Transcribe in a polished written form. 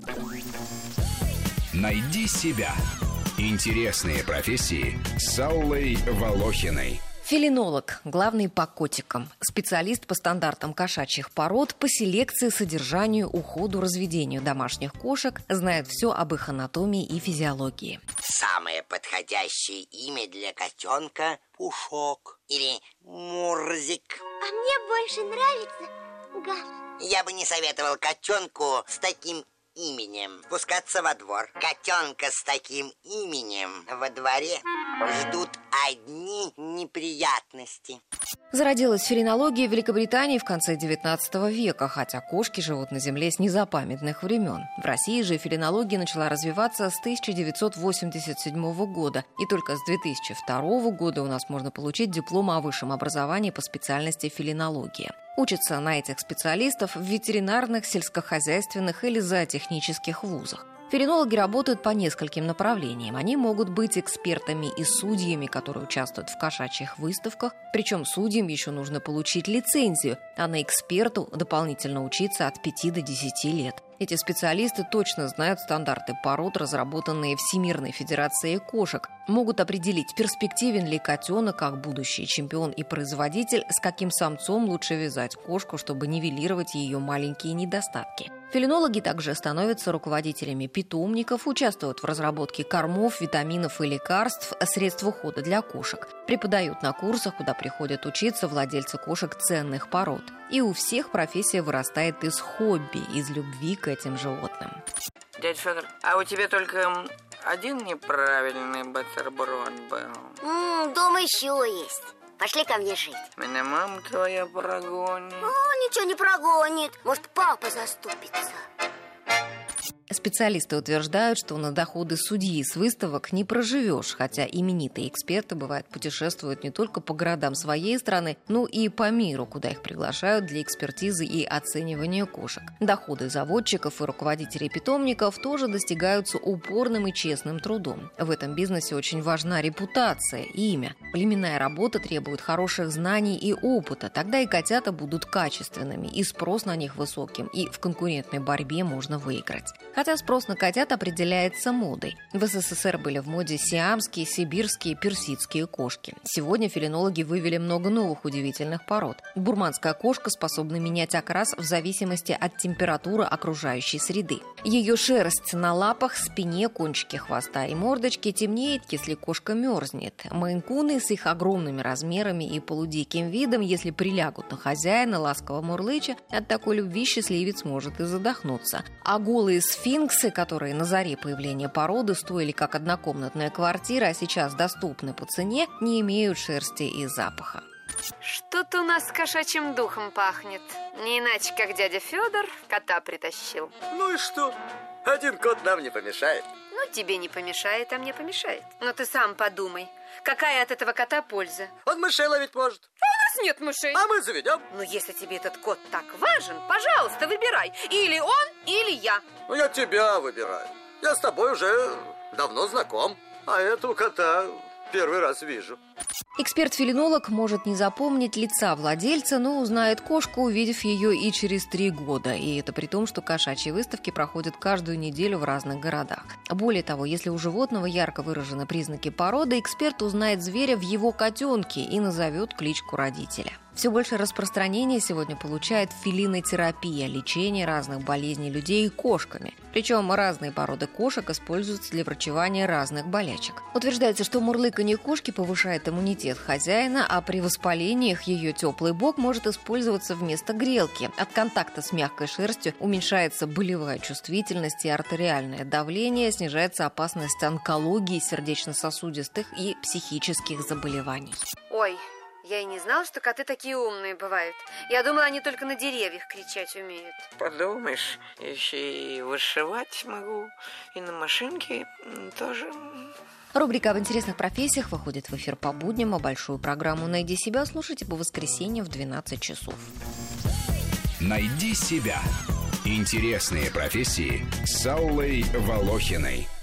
Найди себя. Интересные профессии с Аллой Волохиной. Фелинолог, главный по котикам, специалист по стандартам кошачьих пород, по селекции, содержанию, уходу, разведению домашних кошек, знает все об их анатомии и физиологии. Самое подходящее имя для котенка – Пушок или Мурзик. А мне больше нравится Гав. Я бы не советовал котенку с таким именем пускаться во двор. Котенка с таким именем во дворе ждут одни неприятности. Зародилась фелинология в Великобритании в конце XIX века, хотя кошки живут на Земле с незапамятных времен. В России же фелинология начала развиваться с 1987 года, и только с 2002 года у нас можно получить диплом о высшем образовании по специальности фелинология. Учатся на этих специалистов в ветеринарных, сельскохозяйственных или зоотехнических вузах. Фелинологи работают по нескольким направлениям. Они могут быть экспертами и судьями, которые участвуют в кошачьих выставках. Причем судьям еще нужно получить лицензию, а на эксперту дополнительно учиться от 5 до 10 лет. Эти специалисты точно знают стандарты пород, разработанные Всемирной Федерацией кошек, могут определить, перспективен ли котенок как будущий чемпион и производитель, с каким самцом лучше вязать кошку, чтобы нивелировать ее маленькие недостатки. Фелинологи также становятся руководителями питомников, участвуют в разработке кормов, витаминов и лекарств, средств ухода для кошек, преподают на курсах, куда приходят учиться владельцы кошек ценных пород. И у всех профессия вырастает из хобби, из любви к этим животным. Дядя Федор, а у тебя только один неправильный бутерброд был? Дома еще есть. Пошли ко мне жить. Меня мама твоя прогонит. Ничего не прогонит. Может, папа заступится. Специалисты утверждают, что на доходы судьи с выставок не проживешь, хотя именитые эксперты, бывает, путешествуют не только по городам своей страны, но и по миру, куда их приглашают для экспертизы и оценивания кошек. Доходы заводчиков и руководителей питомников тоже достигаются упорным и честным трудом. В этом бизнесе очень важна репутация, имя. Племенная работа требует хороших знаний и опыта, тогда и котята будут качественными, и спрос на них высоким, и в конкурентной борьбе можно выиграть. Хотя спрос на котят определяется модой. В СССР были в моде сиамские, сибирские, персидские кошки. Сегодня фелинологи вывели много новых удивительных пород. Бурманская кошка способна менять окрас в зависимости от температуры окружающей среды. Ее шерсть на лапах, спине, кончике хвоста и мордочке темнеет, если кошка мерзнет. мейн-куны с их огромными размерами и полудиким видом, если прилягут на хозяина, ласково мурлыча, от такой любви счастливец может и задохнуться. А голые сфинксы, которые на заре появления породы стоили как однокомнатная квартира, а сейчас доступны по цене, не имеют шерсти и запаха. Что-то у нас с кошачьим духом пахнет. Не иначе, как дядя Федор кота притащил. Ну и что? Один кот нам не помешает. Ну, тебе не помешает, а мне помешает. Но ты сам подумай, какая от этого кота польза? Он мышей ловить может. А у нас нет мышей. А мы заведем. Ну, если тебе этот кот так важен, пожалуйста, выбирай. Или он, или я. Ну, я тебя выбираю. Я с тобой уже давно знаком. А этого кота первый раз вижу. Эксперт-фелинолог может не запомнить лица владельца, но узнает кошку, увидев ее и через 3 года. И это при том, что кошачьи выставки проходят каждую неделю в разных городах. Более того, если у животного ярко выражены признаки породы, эксперт узнает зверя в его котенке и назовет кличку родителя. Все больше распространения сегодня получает фелинотерапия – лечение разных болезней людей кошками. Причем разные породы кошек используются для врачевания разных болячек. Утверждается, что мурлыканье кошки повышает иммунитет хозяина, а при воспалениях ее теплый бок может использоваться вместо грелки. От контакта с мягкой шерстью уменьшается болевая чувствительность и артериальное давление, снижается опасность онкологии, сердечно-сосудистых и психических заболеваний. Ой, я и не знала, что коты такие умные бывают. Я думала, они только на деревьях кричать умеют. Подумаешь, еще и вышивать могу, и на машинке тоже. Рубрика об интересных профессиях выходит в эфир по будням, а большую программу «Найди себя» слушайте по воскресеньям в 12 часов. «Найди себя». Интересные профессии с Аллой Волохиной.